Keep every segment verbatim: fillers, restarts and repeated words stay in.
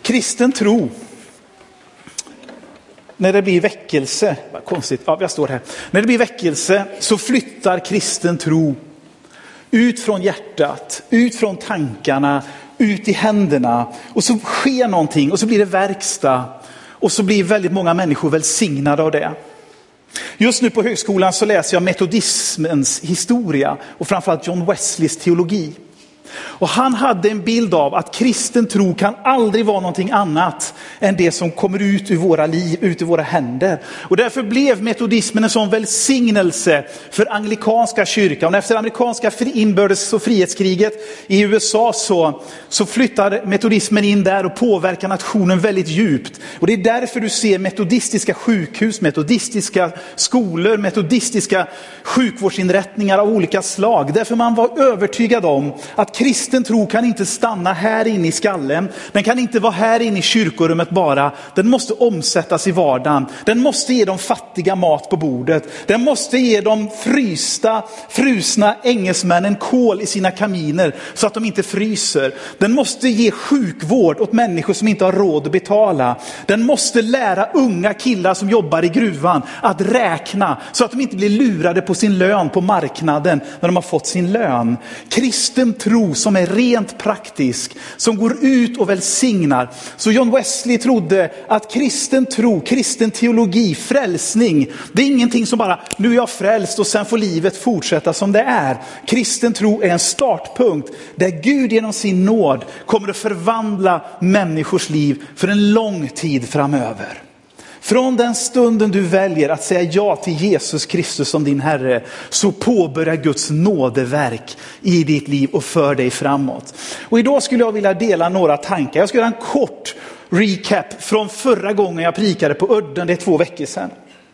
Kristen tro. När det blir väckelse, vad konstigt, ja, jag står här. När det blir väckelse så flyttar kristen tro ut från hjärtat, ut från tankarna, ut i händerna. Och så sker någonting och så blir det verkstad. Och så blir väldigt många människor välsignade av det. Just nu på högskolan så läser jag metodismens historia och framförallt John Wesleys teologi. Och han hade en bild av att kristen tro kan aldrig vara någonting annat än det som kommer ut ur våra liv, ut ur våra händer. Och därför blev metodismen en sån välsignelse för anglikanska kyrkan. Och efter amerikanska inbördes- och frihetskriget i U S A så, så flyttade metodismen in där och påverkar nationen väldigt djupt. Och det är därför du ser metodistiska sjukhus, metodistiska skolor, metodistiska sjukvårdsinrättningar av olika slag. Därför man var övertygad om att kristen tro kan inte stanna här inne i skallen. Den kan inte vara här inne i kyrkorummet bara. Den måste omsättas i vardagen. Den måste ge de fattiga mat på bordet. Den måste ge de frysta, frusna engelsmännen kol i sina kaminer så att de inte fryser. Den måste ge sjukvård åt människor som inte har råd att betala. Den måste lära unga killar som jobbar i gruvan att räkna så att de inte blir lurade på sin lön på marknaden när de har fått sin lön. Kristen tro som är rent praktisk, som går ut och välsignar. Så John Wesley trodde att kristen tro, kristen teologi, frälsning, det är ingenting som bara, nu är jag frälst och sen får livet fortsätta som det är. Kristen tro är en startpunkt där Gud genom sin nåd kommer att förvandla människors liv för en lång tid framöver. Från den stunden du väljer att säga ja till Jesus Kristus som din Herre så påbörjar Guds nådeverk i ditt liv och för dig framåt. Och idag skulle jag vilja dela några tankar. Jag ska göra en kort recap från förra gången jag prikade på Udden, det är två veckor sedan.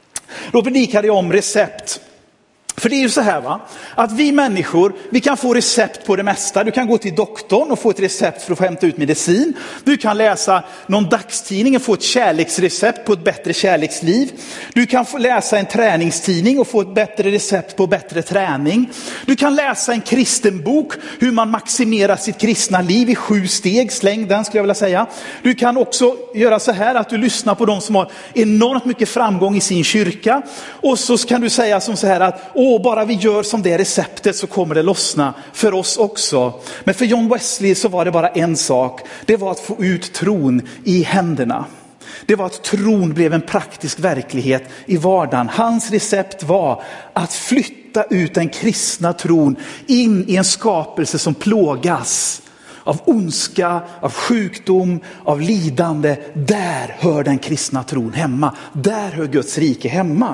Då predikade jag om recept. För det är ju så här va, att vi människor, vi kan få recept på det mesta. Du kan gå till doktorn och få ett recept för att hämta ut medicin. Du kan läsa någon dagstidning och få ett kärleksrecept på ett bättre kärleksliv. Du kan få läsa en träningstidning och få ett bättre recept på bättre träning. Du kan läsa en kristen bok, hur man maximerar sitt kristna liv i sju steg. Släng den skulle jag vilja säga. Du kan också göra så här att du lyssnar på de som har enormt mycket framgång i sin kyrka. Och så kan du säga som så här att och bara vi gör som det receptet så kommer det lossna för oss också. Men för John Wesley så var det bara en sak. Det var att få ut tron i händerna. Det var att tron blev en praktisk verklighet i vardagen. Hans recept var att flytta ut den kristna tron in i en skapelse som plågas av ondska, av sjukdom, av lidande. Där hör den kristna tron hemma. Där hör Guds rike hemma.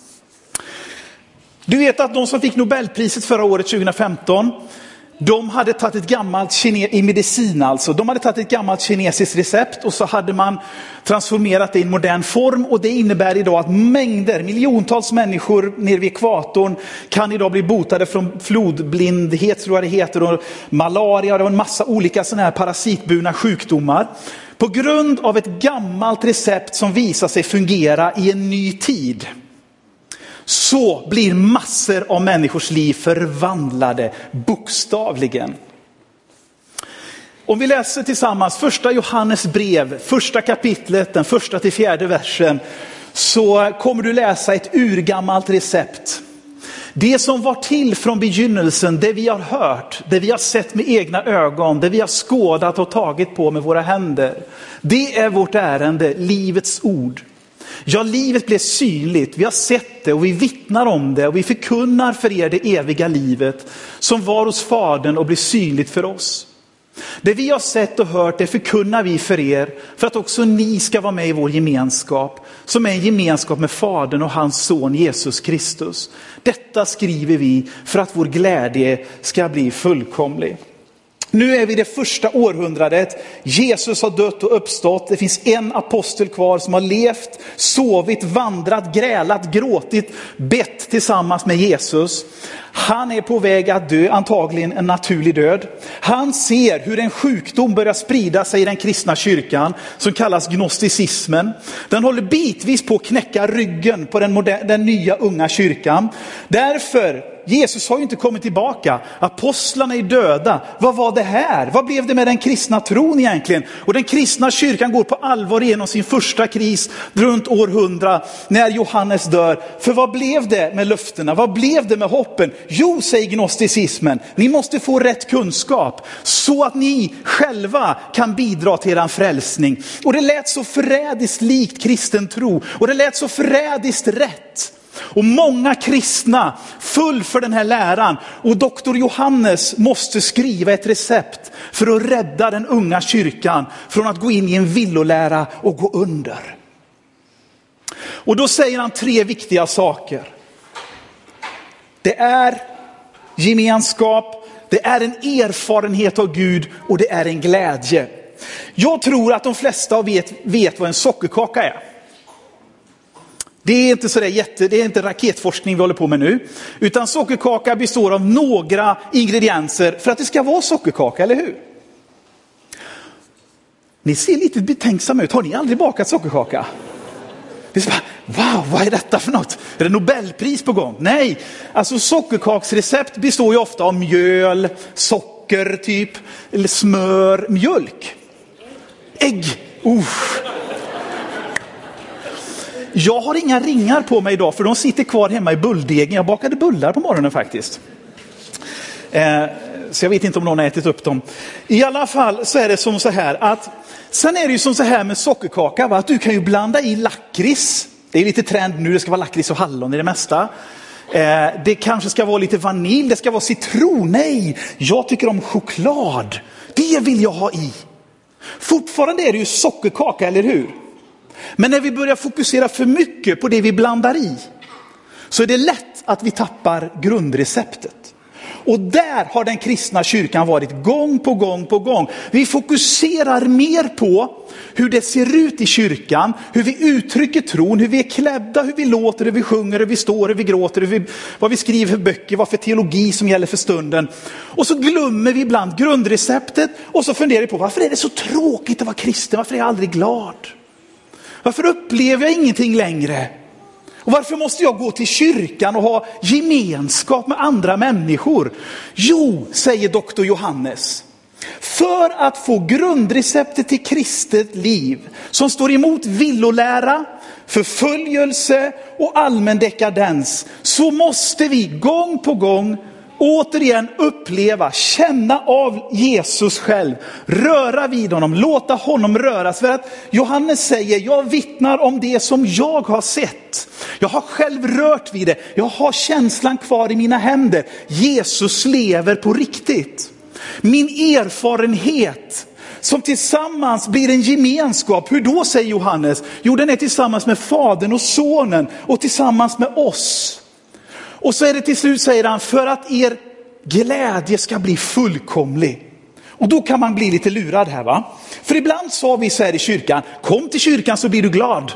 Du vet att de som fick Nobelpriset förra året tjugohundrafemton, de hade tagit ett gammalt kine- i medicin alltså. De hade tagit ett gammalt kinesiskt recept och så hade man transformerat det i en modern form. Och det innebär idag att mängder, miljontals människor nere vid ekvatorn kan idag bli botade från flodblindhet, tror jag det heter, och malaria och en massa olika sådana här parasitburna sjukdomar. På grund av ett gammalt recept som visar sig fungera i en ny tid. Så blir massor av människors liv förvandlade bokstavligen. Om vi läser tillsammans första Johannes brev, första kapitlet, den första till fjärde versen, så kommer du läsa ett urgammalt recept. Det som var till från begynnelsen, det vi har hört, det vi har sett med egna ögon, det vi har skådat och tagit på med våra händer. Det är vårt ärende, livets ord. Ja, livet blev synligt, vi har sett det och vi vittnar om det och vi förkunnar för er det eviga livet som var hos Fadern och blir synligt för oss. Det vi har sett och hört, det förkunnar vi för er för att också ni ska vara med i vår gemenskap som är en gemenskap med Fadern och hans son Jesus Kristus. Detta skriver vi för att vår glädje ska bli fullkomlig. Nu är vi i det första århundradet. Jesus har dött och uppstått. Det finns en apostel kvar som har levt, sovit, vandrat, grälat, gråtit, bett tillsammans med Jesus. Han är på väg att dö, antagligen en naturlig död. Han ser hur en sjukdom börjar sprida sig i den kristna kyrkan som kallas gnosticismen. Den håller bitvis på att knäcka ryggen på den, moderna, den nya unga kyrkan. Därför Jesus har ju inte kommit tillbaka. Apostlarna är döda. Vad var det här? Vad blev det med den kristna tron egentligen? Och den kristna kyrkan går på allvar igenom sin första kris runt år hundra när Johannes dör. För vad blev det med löftena? Vad blev det med hoppen? Jo, säger gnosticismen, ni måste få rätt kunskap så att ni själva kan bidra till er frälsning. Och det lät så förrädiskt likt kristen tro. Och det lät så förrädiskt rätt. Och många kristna full för den här läran. Och doktor Johannes måste skriva ett recept för att rädda den unga kyrkan från att gå in i en villolära och gå under. Och då säger han tre viktiga saker. Det är gemenskap, det är en erfarenhet av Gud och det är en glädje. Jag tror att de flesta vet, vet vad en sockerkaka är. Det är inte så där jätte, det är inte raketforskning vi håller på med nu. Utan sockerkaka består av några ingredienser för att det ska vara sockerkaka, eller hur? Ni ser lite betänksamma ut. Har ni aldrig bakat sockerkaka? Det är så bara, wow, vad är detta för något? Är det Nobelpris på gång? Nej, alltså sockerkaksrecept består ju ofta av mjöl, socker typ, eller smör, mjölk. Ägg, usch. Jag har inga ringar på mig idag för de sitter kvar hemma i bulldegen. Jag bakade bullar på morgonen faktiskt. Eh, så jag vet inte om någon har ätit upp dem. I alla fall så är det som så här att sen är det ju som så här med sockerkaka, va? Att du kan ju blanda i lakrits. Det är lite trend nu, det ska vara lakrits och hallon i det mesta. Eh, det kanske ska vara lite vanilj, det ska vara citron. Nej, jag tycker om choklad. Det vill jag ha i. Fortfarande är det ju sockerkaka, eller hur? Men när vi börjar fokusera för mycket på det vi blandar i så är det lätt att vi tappar grundreceptet. Och där har den kristna kyrkan varit gång på gång på gång. Vi fokuserar mer på hur det ser ut i kyrkan, hur vi uttrycker tron, hur vi är klädda, hur vi låter, hur vi sjunger, hur vi står, hur vi gråter, hur vi, vad vi skriver för böcker, vad för teologi som gäller för stunden. Och så glömmer vi ibland grundreceptet och så funderar vi på varför är det så tråkigt att vara kristen, varför är jag aldrig glad? Varför upplever jag ingenting längre? Och varför måste jag gå till kyrkan och ha gemenskap med andra människor? Jo, säger doktor Johannes. För att få grundreceptet till kristet liv som står emot villolära, förföljelse och allmän dekadens så måste vi gång på gång återigen uppleva, känna av Jesus själv, röra vid honom, låta honom röras. För att Johannes säger, jag vittnar om det som jag har sett. Jag har själv rört vid det. Jag har känslan kvar i mina händer. Jesus lever på riktigt. Min erfarenhet som tillsammans blir en gemenskap. Hur då, säger Johannes? Jo, den är tillsammans med Fadern och Sonen och tillsammans med oss. Och så är det till slut, säger han, för att er glädje ska bli fullkomlig. Och då kan man bli lite lurad här, va? För ibland sa vi så här i kyrkan, kom till kyrkan så blir du glad.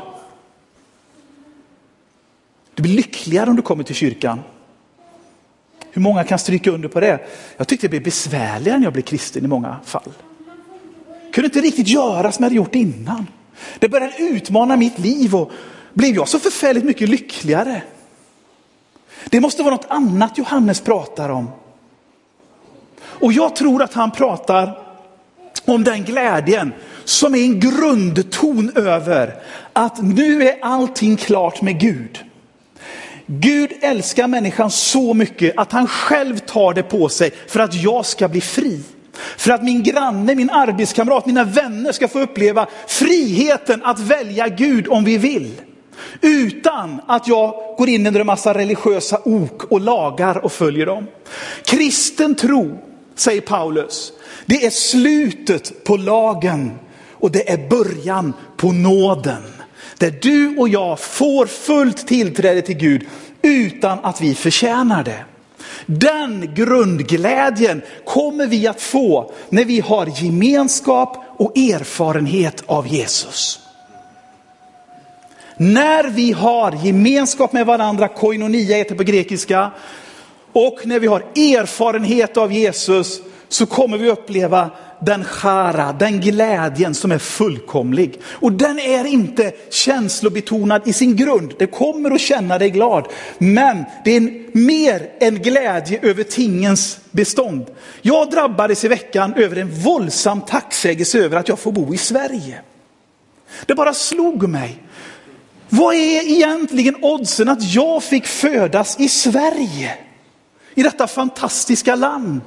Du blir lyckligare om du kommer till kyrkan. Hur många kan stryka under på det? Jag tyckte det blev besvärligare när jag blev kristen i många fall. Kunde inte riktigt göra som jag hade gjort innan. Det började utmana mitt liv och blev jag så förfärligt mycket lyckligare. Det måste vara något annat Johannes pratar om. Och jag tror att han pratar om den glädjen som är en grundton över att nu är allting klart med Gud. Gud älskar människan så mycket att han själv tar det på sig för att jag ska bli fri. För att min granne, min arbetskamrat, mina vänner ska få uppleva friheten att välja Gud om vi vill. Utan att jag går in under en massa religiösa ok och lagar och följer dem. Kristen tro, säger Paulus, det är slutet på lagen och det är början på nåden. Där du och jag får fullt tillträde till Gud utan att vi förtjänar det. Den grundglädjen kommer vi att få när vi har gemenskap och erfarenhet av Jesus. När vi har gemenskap med varandra, koinonia heter på grekiska, och när vi har erfarenhet av Jesus så kommer vi uppleva den chara, den glädjen som är fullkomlig. Och den är inte känslobetonad i sin grund. Det kommer att känna dig glad. Men det är mer en glädje över tingens bestånd. Jag drabbades i veckan över en våldsam tacksägelse över att jag får bo i Sverige. Det bara slog mig. Vad är egentligen oddsen att jag fick födas i Sverige? I detta fantastiska land.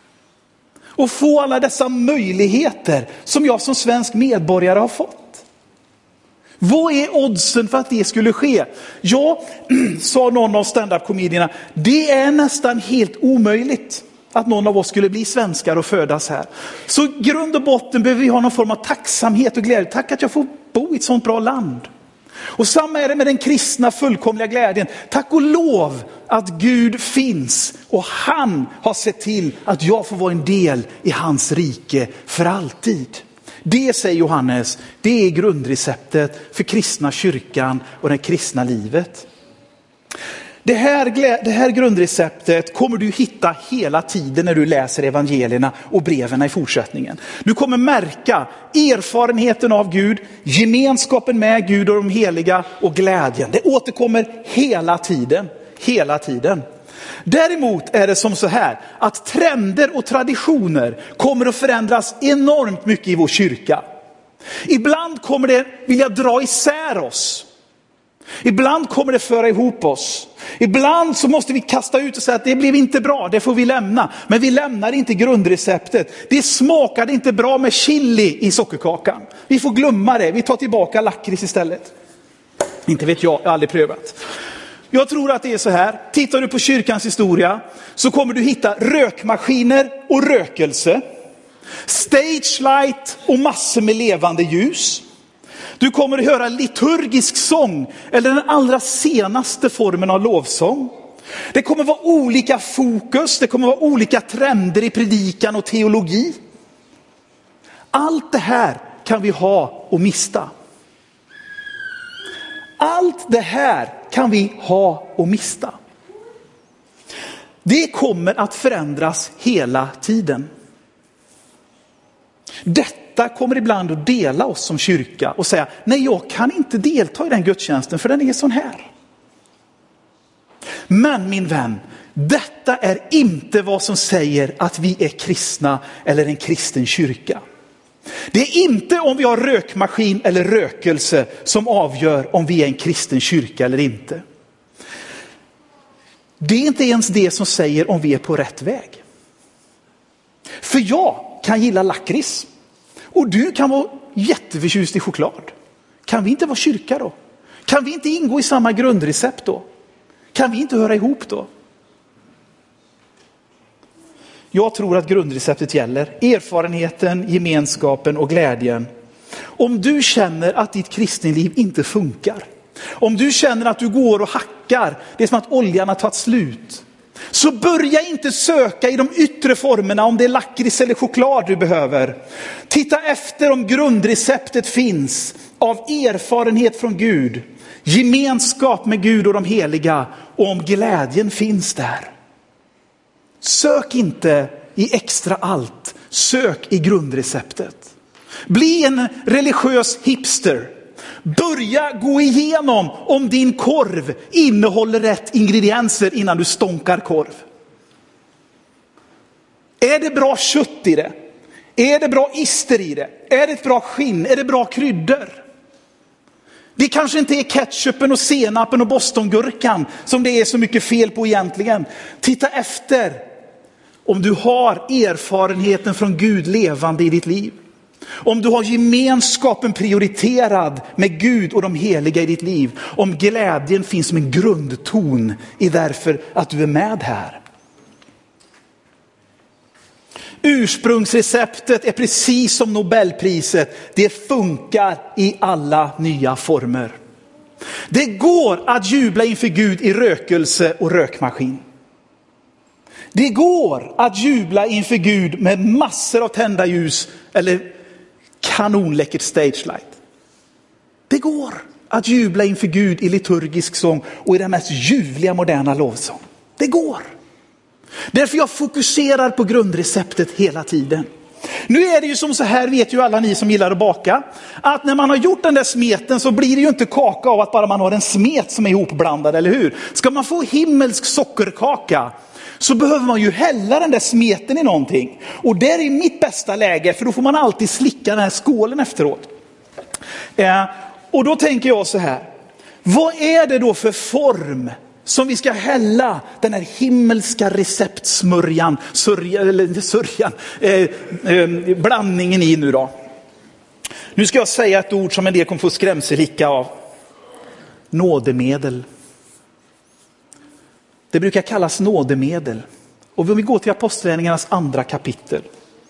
Och få alla dessa möjligheter som jag som svensk medborgare har fått. Vad är oddsen för att det skulle ske? Ja, sa någon av stand-up-komedierna, det är nästan helt omöjligt att någon av oss skulle bli svenskar och födas här. Så grund och botten behöver vi ha någon form av tacksamhet och glädje. Tack att jag får bo i ett sånt bra land. Och samma är det med den kristna fullkomliga glädjen. Tack och lov att Gud finns och han har sett till att jag får vara en del i hans rike för alltid. Det, säger Johannes, det är grundreceptet för kristna kyrkan och det kristna livet. Det här, det här grundreceptet kommer du hitta hela tiden när du läser evangelierna och breven i fortsättningen. Du kommer märka erfarenheten av Gud, gemenskapen med Gud och de heliga och glädjen. Det återkommer hela tiden, hela tiden. Däremot är det som så här att trender och traditioner kommer att förändras enormt mycket i vår kyrka. Ibland kommer det vilja dra isär oss. Ibland kommer det föra ihop oss. Ibland så måste vi kasta ut och säga att det blev inte bra, det får vi lämna. Men vi lämnar inte grundreceptet. Det smakade inte bra med chili i sockerkakan. Vi får glömma det, vi tar tillbaka lakrits istället. Inte vet jag, jag har aldrig prövat. Jag tror att det är så här. Tittar du på kyrkans historia så kommer du hitta rökmaskiner och rökelse. Stage light och massor med levande ljus. Du kommer att höra liturgisk sång eller den allra senaste formen av lovsång. Det kommer vara olika fokus, det kommer vara olika trender i predikan och teologi. Allt det här kan vi ha och mista. Allt det här kan vi ha och mista. Det kommer att förändras hela tiden. Detta kommer ibland att dela oss som kyrka och säga, nej jag kan inte delta i den gudstjänsten för den är sån här. Men min vän, detta är inte vad som säger att vi är kristna eller en kristen kyrka. Det är inte om vi har rökmaskin eller rökelse som avgör om vi är en kristen kyrka eller inte. Det är inte ens det som säger om vi är på rätt väg. För jag kan gilla lakrits och du kan vara jätteförtjust i choklad. Kan vi inte vara kyrka då? Kan vi inte ingå i samma grundrecept då? Kan vi inte höra ihop då? Jag tror att grundreceptet gäller erfarenheten, gemenskapen och glädjen. Om du känner att ditt kristenliv inte funkar, om du känner att du går och hackar, det är som att oljan har tagit slut, så börja inte söka i de yttre formerna om det är lakrits eller choklad du behöver. Titta efter om grundreceptet finns av erfarenhet från Gud, gemenskap med Gud och de heliga och om glädjen finns där. Sök inte i extra allt, sök i grundreceptet. Bli en religiös hipster. Börja gå igenom om din korv innehåller rätt ingredienser innan du stånkar korv. Är det bra kött i det? Är det bra ister i det? Är det ett bra skinn? Är det bra kryddor? Det kanske inte är ketchupen och senapen och bostongurkan som det är så mycket fel på egentligen. Titta efter om du har erfarenheten från Gud levande i ditt liv. Om du har gemenskapen prioriterad med Gud och de heliga i ditt liv. Om glädjen finns som en grundton i därför att du är med här. Ursprungsreceptet är precis som Nobelpriset. Det funkar i alla nya former. Det går att jubla inför Gud i rökelse och rökmaskin. Det går att jubla inför Gud med massor av tända ljus eller kanonläckert stage light. Det går att jubla inför Gud i liturgisk sång och i den mest ljuvliga moderna lovsång. Det går. Därför jag fokuserar på grundreceptet hela tiden. Nu är det ju som så här, vet ju alla ni som gillar att baka, att när man har gjort den där smeten så blir det ju inte kaka av att bara man har en smet som är ihopblandad, eller hur? Ska man få himmelsk sockerkaka så behöver man ju hälla den där smeten i någonting. Och det är mitt bästa läge, för då får man alltid slicka den här skålen efteråt. Eh, och då tänker jag så här, vad är det då för form som vi ska hälla den här himmelska receptsmörjan, sörja, eller sörjan, eh, eh, blandningen i nu då? Nu ska jag säga ett ord som en del kommer få skrämselhicka av. Nådemedel. Det brukar kallas nådemedel. Och om vi går till Apostlagärningarnas andra kapitel.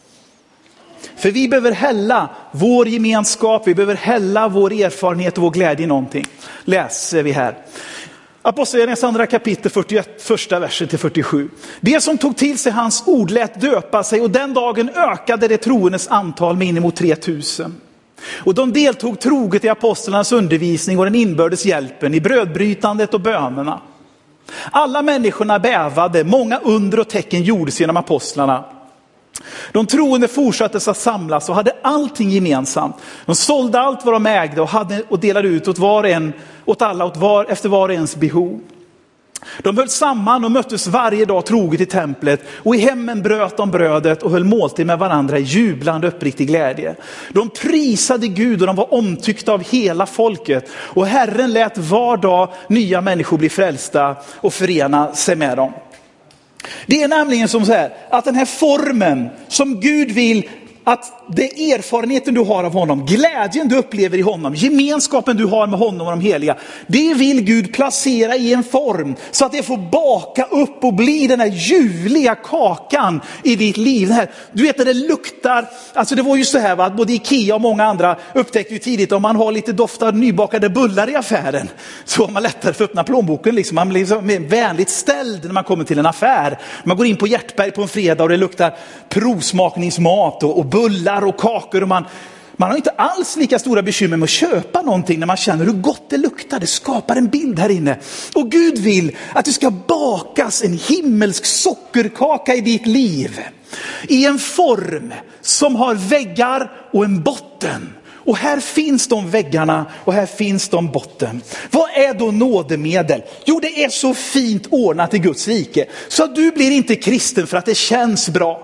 För vi behöver hälla vår gemenskap, vi behöver hälla vår erfarenhet och vår glädje i någonting. Läser vi här. Apostlagärningarnas andra kapitel, fyrtioett, första versen till fyrtiosju. Det som tog till sig hans ord lät döpa sig, och den dagen ökade det troendes antal med inemot tre tusen. Och de deltog troget i apostlarnas undervisning och den inbördes hjälpen, i brödbrytandet och bönerna. Alla människorna bävade, många under och tecken gjordes genom apostlarna. De troende fortsatte att samlas och hade allting gemensamt. De sålde allt vad de ägde och, hade, och delade ut åt, var en, åt alla åt var, efter var och ens behov. De höll samman och möttes varje dag troget i templet, och i hemmen bröt de brödet och höll måltid med varandra i jublande uppriktig glädje. De prisade Gud och de var omtyckta av hela folket, och Herren lät var dag nya människor bli frälsta och förena sig med dem. Det är nämligen som så här, att den här formen som Gud vill, att det erfarenheten du har av honom, glädjen du upplever i honom, gemenskapen du har med honom och de heliga, det vill Gud placera i en form så att det får baka upp och bli den här ljuvliga kakan i ditt liv. Här, du vet när det luktar, alltså det var ju så här va, att både Ikea och många andra upptäckte ju tidigt, om man har lite doftad nybakade bullar i affären så har man lättare för att öppna plånboken. Liksom. Man blir liksom vänligt ställd när man kommer till en affär. Man går in på Hjärtberg på en fredag och det luktar provsmakningsmat och, och bullar och kakor, och man, man har inte alls lika stora bekymmer med att köpa någonting när man känner hur gott det luktar. Det skapar en bild här inne. Och Gud vill att det ska bakas en himmelsk sockerkaka i ditt liv. I en form som har väggar och en botten. Och här finns de väggarna och här finns de botten. Vad är då nådemedel? Jo, det är så fint ordnat i Guds rike så att du blir inte kristen för att det känns bra.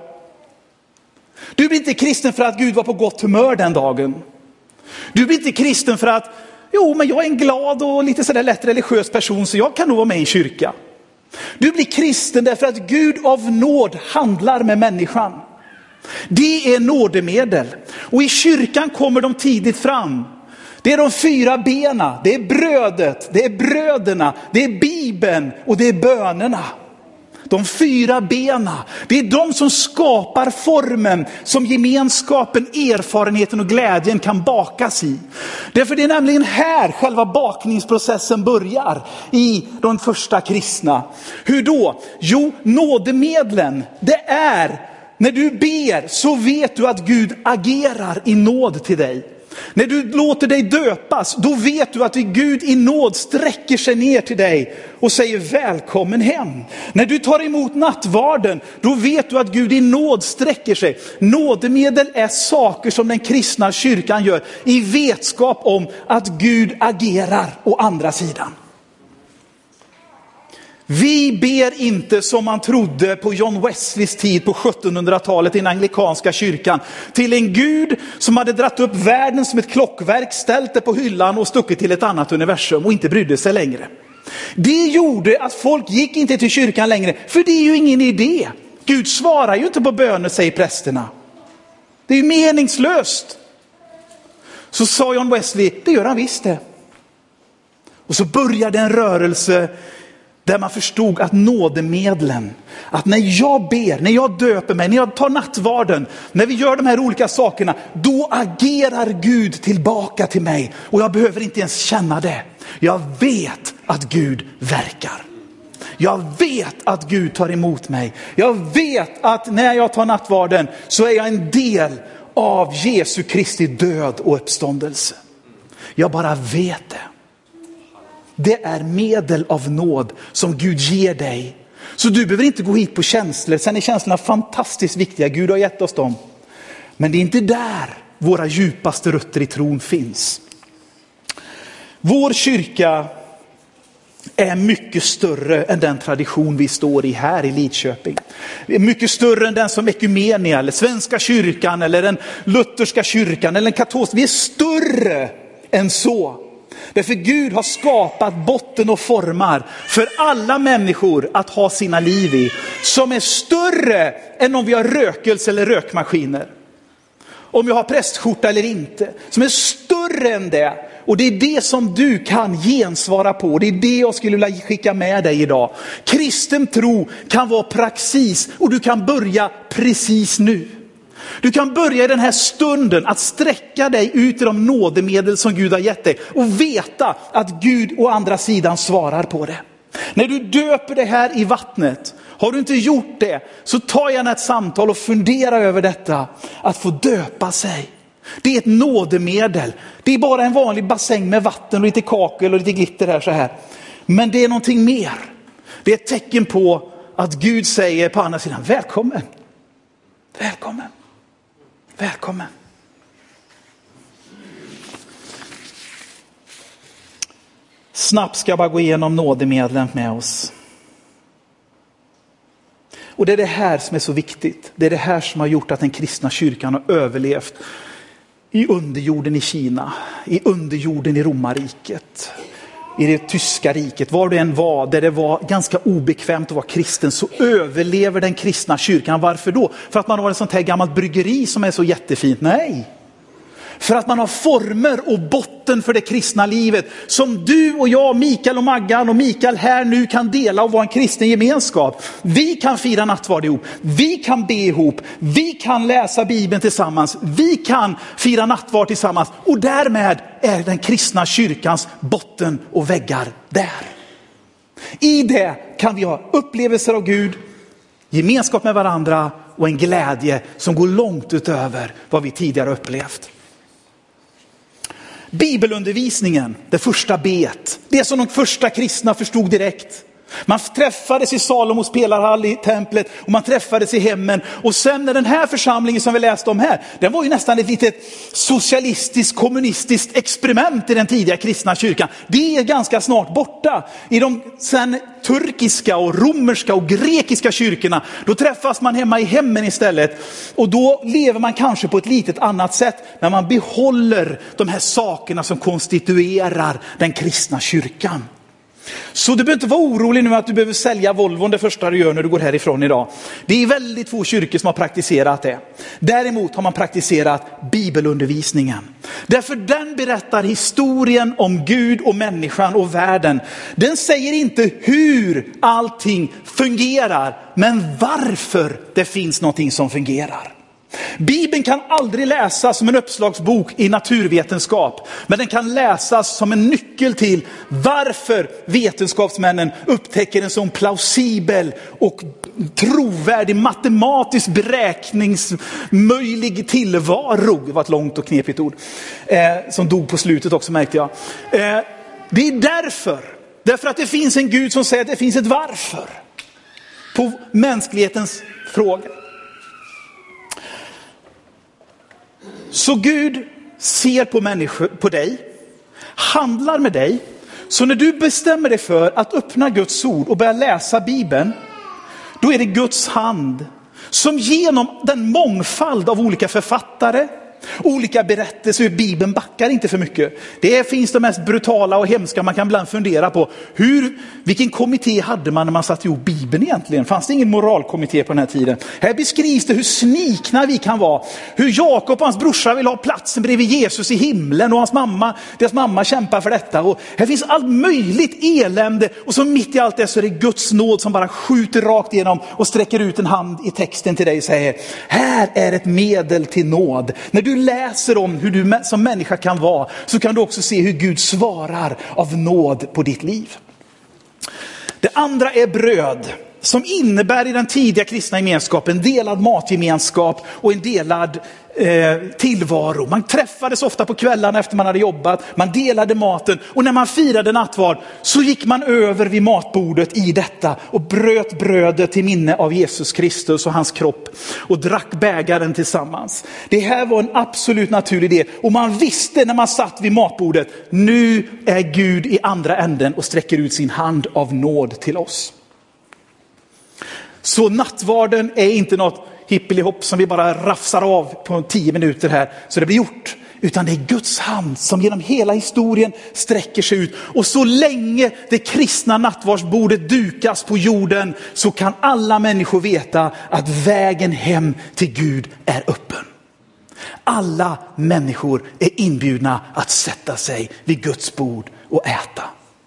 Du blir inte kristen för att Gud var på gott humör den dagen. Du blir inte kristen för att, jo men jag är en glad och lite sådär lätt religiös person så jag kan nog vara med i kyrka. Du blir kristen därför att Gud av nåd handlar med människan. Det är nådemedel. Och i kyrkan kommer de tidigt fram. Det är de fyra bena, det är brödet, det är bröderna, det är Bibeln och det är bönerna. De fyra bena, det är de som skapar formen som gemenskapen, erfarenheten och glädjen kan bakas i. Därför det är nämligen här själva bakningsprocessen börjar i de första kristna. Hur då? Jo, nådemedlen, det är när du ber så vet du att Gud agerar i nåd till dig. När du låter dig döpas, då vet du att Gud i nåd sträcker sig ner till dig och säger välkommen hem. När du tar emot nattvarden, då vet du att Gud i nåd sträcker sig. Nådemedel är saker som den kristna kyrkan gör i vetskap om att Gud agerar å andra sidan. Vi ber inte som man trodde på John Wesleys tid på sjuttonhundratalet i den anglikanska kyrkan. Till en Gud som hade dratt upp världen som ett klockverk, ställt det på hyllan och stuckit till ett annat universum och inte brydde sig längre. Det gjorde att folk gick inte till kyrkan längre, för det är ju ingen idé. Gud svarar ju inte på böner, säger prästerna. Det är ju meningslöst. Så sa John Wesley, det gör han visst det. Och så började en rörelse där man förstod att nådemedlen, att när jag ber, när jag döper mig, när jag tar nattvarden, när vi gör de här olika sakerna, då agerar Gud tillbaka till mig. Och jag behöver inte ens känna det. Jag vet att Gud verkar. Jag vet att Gud tar emot mig. Jag vet att när jag tar nattvarden så är jag en del av Jesu Kristi död och uppståndelse. Jag bara vet det. Det är medel av nåd som Gud ger dig. Så du behöver inte gå hit på känslor. Sen är känslorna fantastiskt viktiga. Gud har gett oss dem. Men det är inte där våra djupaste rötter i tron finns. Vår kyrka är mycket större än den tradition vi står i här i Lidköping. Det är mycket större än den som Ekumenia eller Svenska kyrkan eller den lutherska kyrkan eller den katolska. Vi är större än så. Därför Gud har skapat botten och formar för alla människor att ha sina liv i. Som är större än om vi har rökelse eller rökmaskiner. Om jag har prästskjorta eller inte. Som är större än det. Och det är det som du kan gensvara på. Det är det jag skulle vilja skicka med dig idag. Kristen tro kan vara praxis och du kan börja precis nu. Du kan börja i den här stunden att sträcka dig ut i de nådemedel som Gud har gett dig. Och veta att Gud å andra sidan svarar på det. När du döper det här i vattnet, har du inte gjort det, så ta gärna ett samtal och fundera över detta. Att få döpa sig. Det är ett nådemedel. Det är bara en vanlig bassäng med vatten och lite kakel och lite glitter här så här. Men det är någonting mer. Det är ett tecken på att Gud säger på andra sidan, välkommen. Välkommen. Välkommen. Snabbt ska jag bara gå igenom nådemedlen med oss. Och det är det här som är så viktigt. Det är det här som har gjort att den kristna kyrkan har överlevt i underjorden i Kina, i underjorden i romarriket, i det tyska riket, var det än var, där det var ganska obekvämt att vara kristen, så överlever den kristna kyrkan. Varför då? För att man har ett sånt här gammalt bryggeri som är så jättefint? Nej. För att man har former och botten för det kristna livet som du och jag, Mikael och Maggan och Mikael här nu kan dela och vara en kristen gemenskap. Vi kan fira nattvard ihop, vi kan be ihop, vi kan läsa Bibeln tillsammans, vi kan fira nattvard tillsammans och därmed är den kristna kyrkans botten och väggar där. I det kan vi ha upplevelser av Gud, gemenskap med varandra och en glädje som går långt utöver vad vi tidigare upplevt. Bibelundervisningen, det första bet, det som de första kristna förstod direkt. Man träffades i Salomos pelarhall i templet och man träffades i hemmen. Och sen när den här församlingen som vi läste om här, den var ju nästan ett litet socialistiskt, kommunistiskt experiment i den tidiga kristna kyrkan. Det är ganska snart borta. I de sen turkiska och romerska och grekiska kyrkorna, då träffas man hemma i hemmen istället. Och då lever man kanske på ett litet annat sätt, men man behåller de här sakerna som konstituerar den kristna kyrkan. Så du behöver inte vara orolig nu att du behöver sälja Volvon det första du gör när du går härifrån idag. Det är väldigt få kyrkor som har praktiserat det. Däremot har man praktiserat bibelundervisningen. Därför den berättar historien om Gud och människan och världen. Den säger inte hur allting fungerar, men varför det finns någonting som fungerar. Bibeln kan aldrig läsas som en uppslagsbok i naturvetenskap, men den kan läsas som en nyckel till varför vetenskapsmännen upptäcker en sån plausibel och trovärdig matematiskt beräkningsmöjlig tillvaro. Det var ett långt och knepigt ord eh, som dog på slutet också, märkte jag. Eh, det är därför, därför att det finns en Gud som säger att det finns ett varför på mänsklighetens fråga. Så Gud ser på människor, på dig, handlar med dig. Så när du bestämmer dig för att öppna Guds ord och börja läsa Bibeln, då är det Guds hand som genom den mångfald av olika författare, olika berättelser, Bibeln backar inte för mycket. Det finns de mest brutala och hemska. Man kan ibland fundera på hur, vilken kommitté hade man när man satt ihop Bibeln egentligen? Fanns det ingen moralkommitté på den här tiden? Här beskrivs det hur snikna vi kan vara. Hur Jakob och hans brorsa vill ha platsen bredvid Jesus i himlen och hans mamma, deras mamma kämpar för detta. Och här finns allt möjligt elände och så mitt i allt det så är det Guds nåd som bara skjuter rakt igenom och sträcker ut en hand i texten till dig och säger: här är ett medel till nåd. När du läser om hur du som människa kan vara, så kan du också se hur Gud svarar av nåd på ditt liv. Det andra är bröd, som innebär i den tidiga kristna gemenskapen delad matgemenskap och en delad eh, tillvaro. Man träffades ofta på kvällarna efter man hade jobbat. Man delade maten. Och när man firade nattvard så gick man över vid matbordet i detta. Och bröt brödet till minne av Jesus Kristus och hans kropp. Och drack bägaren tillsammans. Det här var en absolut naturlig del. Och man visste när man satt vid matbordet. Nu är Gud i andra änden och sträcker ut sin hand av nåd till oss. Så nattvarden är inte något hippelihopp som vi bara rafsar av på tio minuter här så det blir gjort. Utan det är Guds hand som genom hela historien sträcker sig ut. Och så länge det kristna nattvardsbordet dukas på jorden så kan alla människor veta att vägen hem till Gud är öppen. Alla människor är inbjudna att sätta sig vid Guds bord och äta.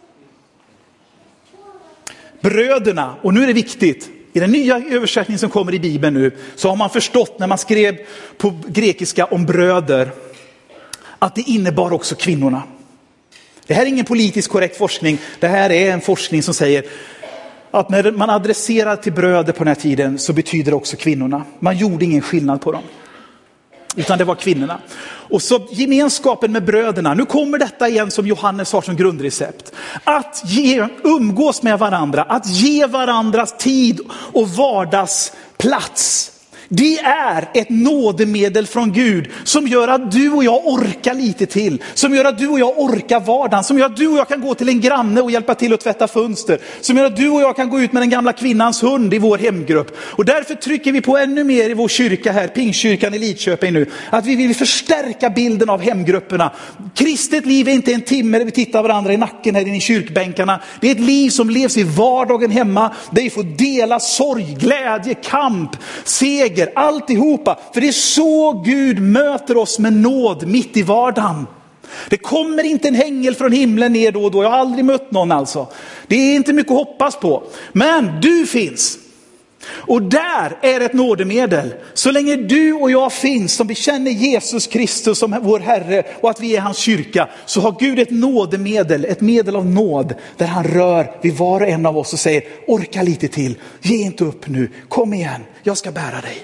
Bröderna, och nu är det viktigt, i den nya översättning som kommer i Bibeln nu så har man förstått när man skrev på grekiska om bröder att det innebar också kvinnorna. Det här är ingen politiskt korrekt forskning. Det här är en forskning som säger att när man adresserar till bröder på den här tiden så betyder det också kvinnorna. Man gjorde ingen skillnad på dem. Utan det var kvinnorna. Och så gemenskapen med bröderna. Nu kommer detta igen som Johannes har som grundrecept. Att ge, umgås med varandra. Att ge varandras tid och vardagsplats. Det är ett nådemedel från Gud som gör att du och jag orkar lite till. Som gör att du och jag orkar vardagen. Som gör att du och jag kan gå till en granne och hjälpa till att tvätta fönster. Som gör att du och jag kan gå ut med den gamla kvinnans hund i vår hemgrupp. Och därför trycker vi på ännu mer i vår kyrka här, Pingstkyrkan i Lidköping nu. Att vi vill förstärka bilden av hemgrupperna. Kristet liv är inte en timme där vi tittar varandra i nacken här inne i kyrkbänkarna. Det är ett liv som levs i vardagen hemma. Där vi får dela sorg, glädje, kamp, seger. Alltihopa, för det är så Gud möter oss med nåd mitt i vardagen. Det kommer inte en ängel från himlen ner då och då. Jag har aldrig mött någon alltså. Det är inte mycket att hoppas på. Men du finns. Och där är ett nådemedel. Så länge du och jag finns som bekänner Jesus Kristus som vår Herre och att vi är hans kyrka, så har Gud ett nådemedel, ett medel av nåd där han rör vid var och en av oss och säger: orka lite till, ge inte upp nu, kom igen, jag ska bära dig.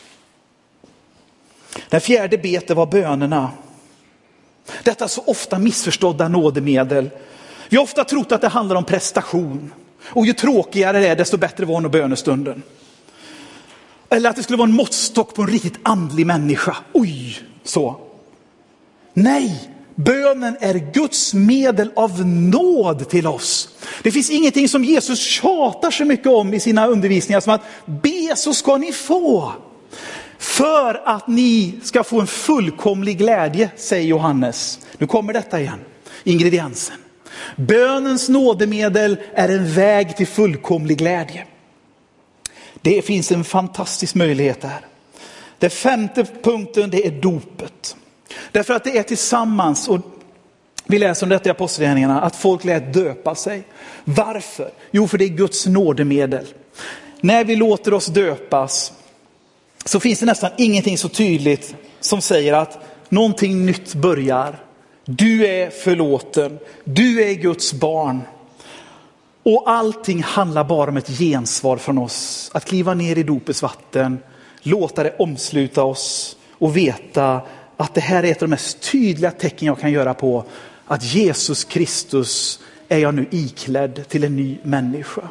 Den fjärde beten var bönerna. Detta så ofta missförstådda nådemedel. Vi har ofta trott att det handlar om prestation. Och ju tråkigare det är, desto bättre var nog bönestunden. Eller att det skulle vara en måttstock på en riktigt andlig människa. Oj, så. Nej, bönen är Guds medel av nåd till oss. Det finns ingenting som Jesus tjatar så mycket om i sina undervisningar som att be så ska ni få. För att ni ska få en fullkomlig glädje, säger Johannes. Nu kommer detta igen, ingrediensen. Bönens nådemedel är en väg till fullkomlig glädje. Det finns en fantastisk möjlighet här. Den femte punkten, det är dopet. Därför att det är tillsammans, och vi läser om detta i Apostlagärningarna, att folk lät döpa sig. Varför? Jo, för det är Guds nådemedel. När vi låter oss döpas så finns det nästan ingenting så tydligt som säger att någonting nytt börjar. Du är förlåten. Du är Guds barn. Och allting handlar bara om ett gensvar från oss. Att kliva ner i dopets vatten. Låta det omsluta oss. Och veta att det här är ett av de mest tydliga tecken jag kan göra på att Jesus Kristus är jag nu iklädd till en ny människa.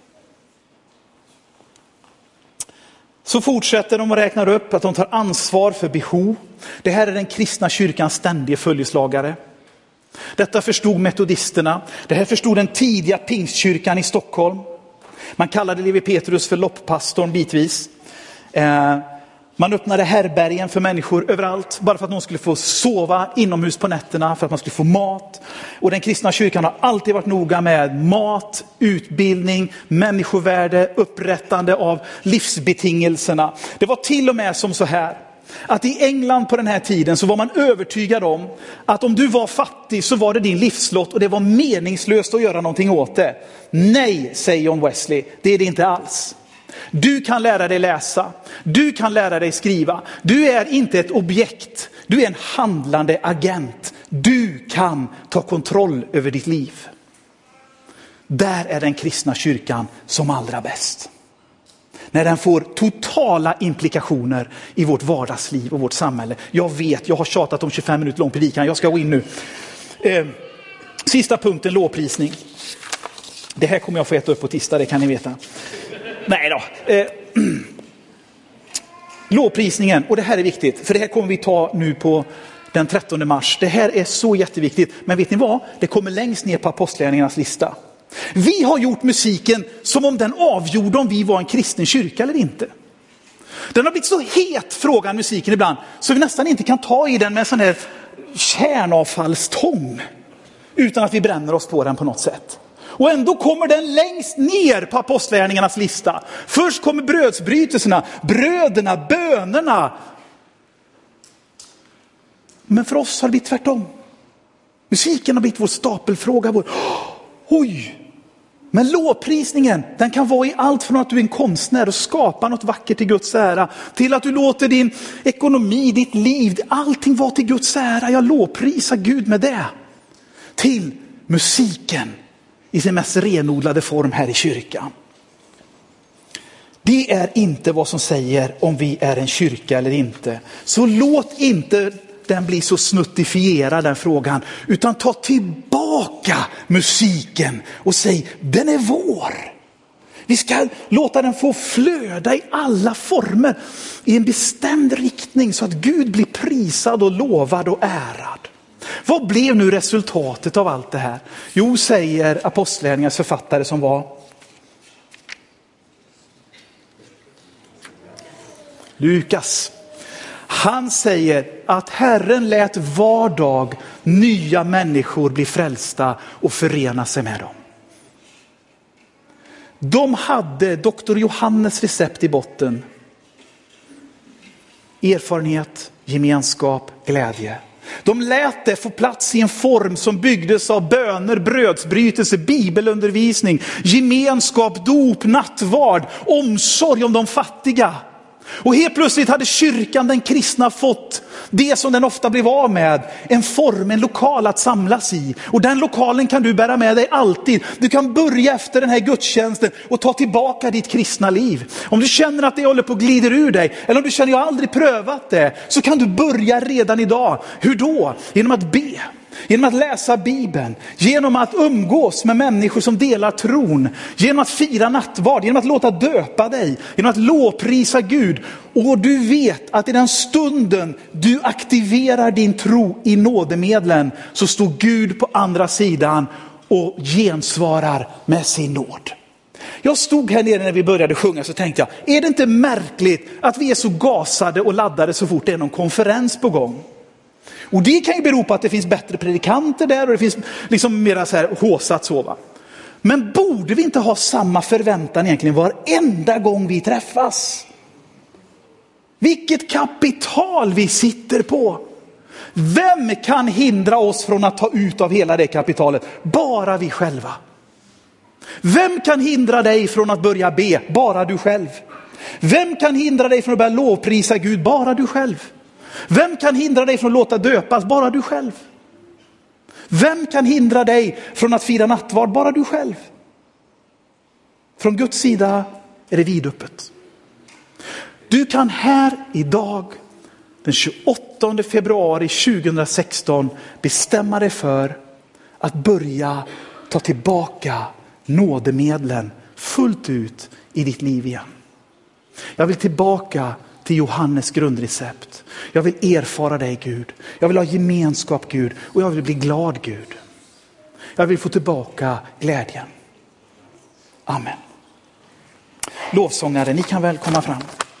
Så fortsätter de och räknar upp att de tar ansvar för behov. Det här är den kristna kyrkans ständiga följeslagare. Detta förstod metodisterna. Det här förstod den tidiga pingstkyrkan i Stockholm. Man kallade Levi Petrus för lopppastorn bitvis. Eh, man öppnade härbergen för människor överallt. Bara för att någon skulle få sova inomhus på nätterna. För att man skulle få mat. Och den kristna kyrkan har alltid varit noga med mat, utbildning, människovärde, upprättande av livsbetingelserna. Det var till och med som så här. Att i England på den här tiden så var man övertygad om att om du var fattig så var det din livslott och det var meningslöst att göra någonting åt det. Nej, säger John Wesley, det är det inte alls. Du kan lära dig läsa, du kan lära dig skriva. Du är inte ett objekt, du är en handlande agent. Du kan ta kontroll över ditt liv. Där är den kristna kyrkan som allra bäst. När den får totala implikationer i vårt vardagsliv och vårt samhälle. Jag vet, jag har tjatat om tjugofem minuter lång predikan. Jag ska gå in nu. Eh, sista punkten, lovprisning. Det här kommer jag få äta upp på tisdag, det kan ni veta. Nej då. Eh, lovprisningen, och det här är viktigt. För det här kommer vi ta nu på den trettonde mars. Det här är så jätteviktigt. Men vet ni vad? Det kommer längst ner på apostlagärningarnas lista. Vi har gjort musiken som om den avgjorde om vi var en kristen kyrka eller inte. Den har blivit så het, frågan musiken ibland, så vi nästan inte kan ta i den med sån här kärnavfallstång utan att vi bränner oss på den på något sätt. Och ändå kommer den längst ner på apostlagärningarnas lista. Först kommer brödsbrytelserna, bröderna, bönerna. Men för oss har det blivit tvärtom. Musiken har blivit vår stapelfråga. Vår... Oj! Men lovprisningen, den kan vara i allt från att du är en konstnär och skapar något vackert till Guds ära, till att du låter din ekonomi, ditt liv, allting vara till Guds ära. Jag lovprisar Gud med det. Till musiken i sin mest renodlade form här i kyrkan. Det är inte vad som säger om vi är en kyrka eller inte. Så låt inte den bli så snuttifierad, den frågan, utan ta tillbaka musiken och säg, den är vår. Vi ska låta den få flöda i alla former i en bestämd riktning så att Gud blir prisad och lovad och ärad. Vad blev nu resultatet av allt det här? Jo, säger apostlagärningarnas författare som var Lukas. Han säger att Herren lät var dag nya människor bli frälsta och förena sig med dem. De hade doktor Johannes recept i botten. Erfarenhet, gemenskap, glädje. De lät det få plats i en form som byggdes av böner, brödsbrytelse, bibelundervisning, gemenskap, dop, nattvard, omsorg om de fattiga. Och helt plötsligt hade kyrkan, den kristna, fått det som den ofta blev av med. En form, en lokal att samlas i. Och den lokalen kan du bära med dig alltid. Du kan börja efter den här gudstjänsten och ta tillbaka ditt kristna liv. Om du känner att det håller på att glida ur dig, eller om du känner att jag aldrig prövat det, så kan du börja redan idag. Hur då? Genom att be. Genom att läsa Bibeln, genom att umgås med människor som delar tron, genom att fira nattvard, genom att låta döpa dig, genom att lovprisa Gud. Och du vet att i den stunden du aktiverar din tro i nådemedlen, så står Gud på andra sidan och gensvarar med sin nåd. Jag stod här nere när vi började sjunga, så tänkte jag, är det inte märkligt att vi är så gasade och laddade så fort det är någon konferens på gång? Och det kan ju bero på att det finns bättre predikanter där och det finns liksom mera så här håsat så, va. Men borde vi inte ha samma förväntan egentligen varenda gång vi träffas? Vilket kapital vi sitter på. Vem kan hindra oss från att ta ut av hela det kapitalet? Bara vi själva. Vem kan hindra dig från att börja be? Bara du själv. Vem kan hindra dig från att börja lovprisa Gud? Bara du själv. Vem kan hindra dig från att låta döpas? Bara du själv. Vem kan hindra dig från att fira nattvard? Bara du själv. Från Guds sida är det vidöppet. Du kan här idag, den tjugoåttonde februari tjugohundrasexton, bestämma dig för att börja ta tillbaka nådemedlen fullt ut i ditt liv igen. Jag vill tillbaka till Johannes grundrecept. Jag vill erfara dig, Gud. Jag vill ha gemenskap, Gud. Och jag vill bli glad, Gud. Jag vill få tillbaka glädjen. Amen. Lovsångare, ni kan väl komma fram.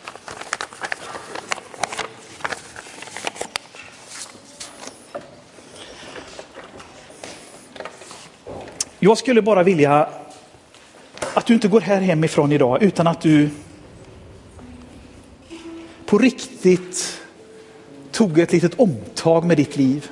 Jag skulle bara vilja att du inte går här hemifrån idag utan att du på riktigt tog ett litet omtag med ditt liv.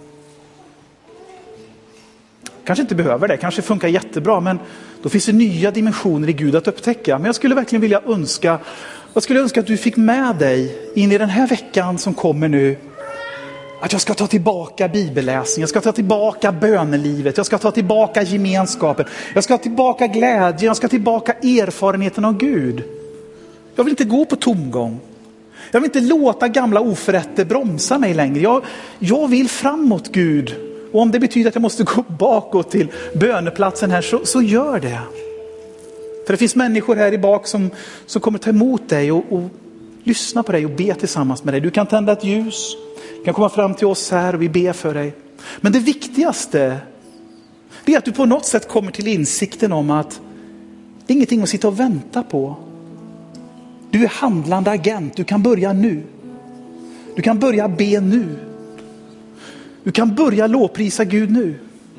Kanske inte behöver det, kanske funkar jättebra, men då finns det nya dimensioner i Gud att upptäcka. Men jag skulle verkligen vilja önska, jag skulle önska att du fick med dig in i den här veckan som kommer nu, att jag ska ta tillbaka bibelläsning, jag ska ta tillbaka bönelivet, jag ska ta tillbaka gemenskapen, jag ska ta tillbaka glädjen, jag ska tillbaka erfarenheten av Gud. Jag vill inte gå på tomgång. Jag vill inte låta gamla oförrätter bromsa mig längre. Jag, jag vill framåt, Gud. Och om det betyder att jag måste gå bakåt till böneplatsen här, så, så gör det. För det finns människor här i bak som, som kommer ta emot dig och, och lyssna på dig och be tillsammans med dig. Du kan tända ett ljus. Du kan komma fram till oss här och vi ber för dig. Men det viktigaste, det är att du på något sätt kommer till insikten om att det är ingenting att sitta och vänta på. Du är handlande agent. Du kan börja nu. Du kan börja be nu. Du kan börja lovprisa Gud nu.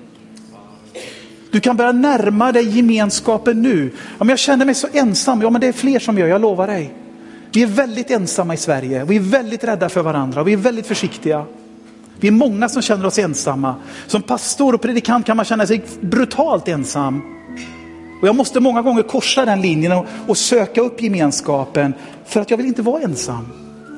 Du kan börja närma dig gemenskapen nu. Ja, men jag känner mig så ensam. Ja, men det är fler som gör, jag lovar dig. Vi är väldigt ensamma i Sverige. Vi är väldigt rädda för varandra. Vi är väldigt försiktiga. Vi är många som känner oss ensamma. Som pastor och predikant kan man känna sig brutalt ensam. Och jag måste många gånger korsa den linjen och, och söka upp gemenskapen. För att jag vill inte vara ensam.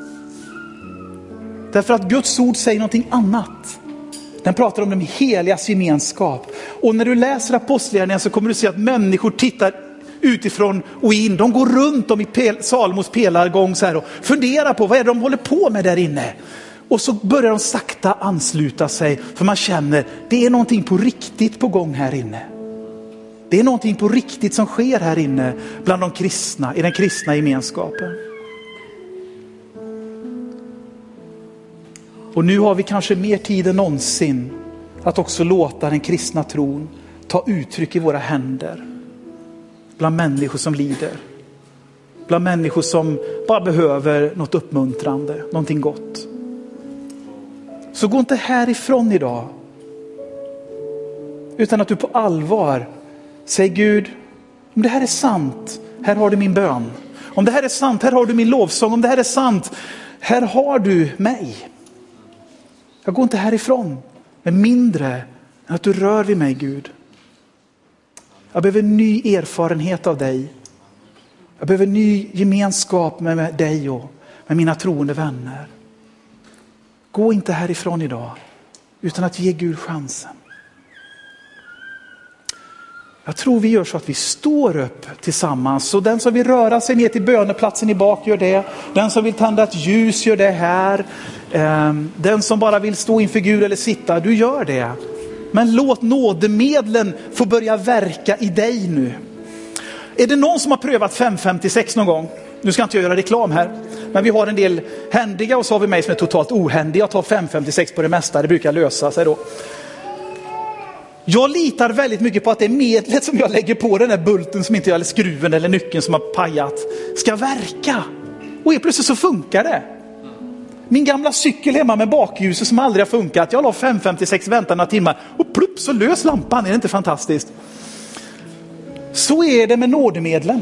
Därför att Guds ord säger någonting annat. Den pratar om de heligas gemenskap. Och när du läser apostlagärningarna så kommer du se att människor tittar utifrån och in. De går runt om i pel, Salomos pelargång så här och funderar på vad är det de håller på med där inne. Och så börjar de sakta ansluta sig. För man känner det är någonting på riktigt på gång här inne. Det är någonting på riktigt som sker här inne bland de kristna, i den kristna gemenskapen. Och nu har vi kanske mer tid än någonsin att också låta den kristna tron ta uttryck i våra händer. Bland människor som lider. Bland människor som bara behöver något uppmuntrande, någonting gott. Så gå inte härifrån idag utan att du på allvar säger Gud, om det här är sant, här har du min bön. Om det här är sant, här har du min lovsång. Om det här är sant, här har du mig. Jag går inte härifrån med mindre än att du rör vid mig, Gud. Jag behöver ny erfarenhet av dig. Jag behöver ny gemenskap med dig och med mina troende vänner. Gå inte härifrån idag utan att ge Gud chansen. Jag tror vi gör så att vi står upp tillsammans. Så den som vill röra sig ner till böneplatsen i bak gör det. Den som vill tända ett ljus gör det här. Den som bara vill stå inför Gud eller sitta, du gör det. Men låt nådemedlen få börja verka i dig nu. Är det någon som har prövat fem femtiosex någon gång? Nu ska jag inte göra reklam här. Men vi har en del händiga och så har vi mig som är totalt ohändig. Jag tar fem femtiosex på det mesta, det brukar lösa sig då. Jag litar väldigt mycket på att det medlet som jag lägger på den där bulten som inte, eller skruven eller nyckeln som har pajat ska verka. Och helt plötsligt så funkar det. Min gamla cykel hemma med bakljuset som aldrig har funkat. Jag la fem femtiosex vänta några timmar och plupp så lös lampan. Är det inte fantastiskt? Så är det med nådemedlen.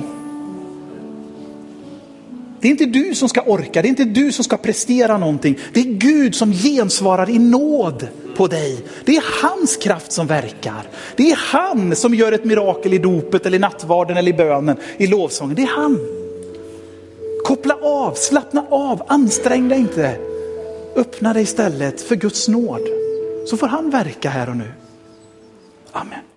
Det är inte du som ska orka. Det är inte du som ska prestera någonting. Det är Gud som gensvarar i nåd på dig. Det är hans kraft som verkar. Det är han som gör ett mirakel i dopet eller i nattvarden eller i bönen, i lovsången. Det är han. Koppla av, slappna av, ansträng dig inte. Öppna dig istället för Guds nåd. Så får han verka här och nu. Amen.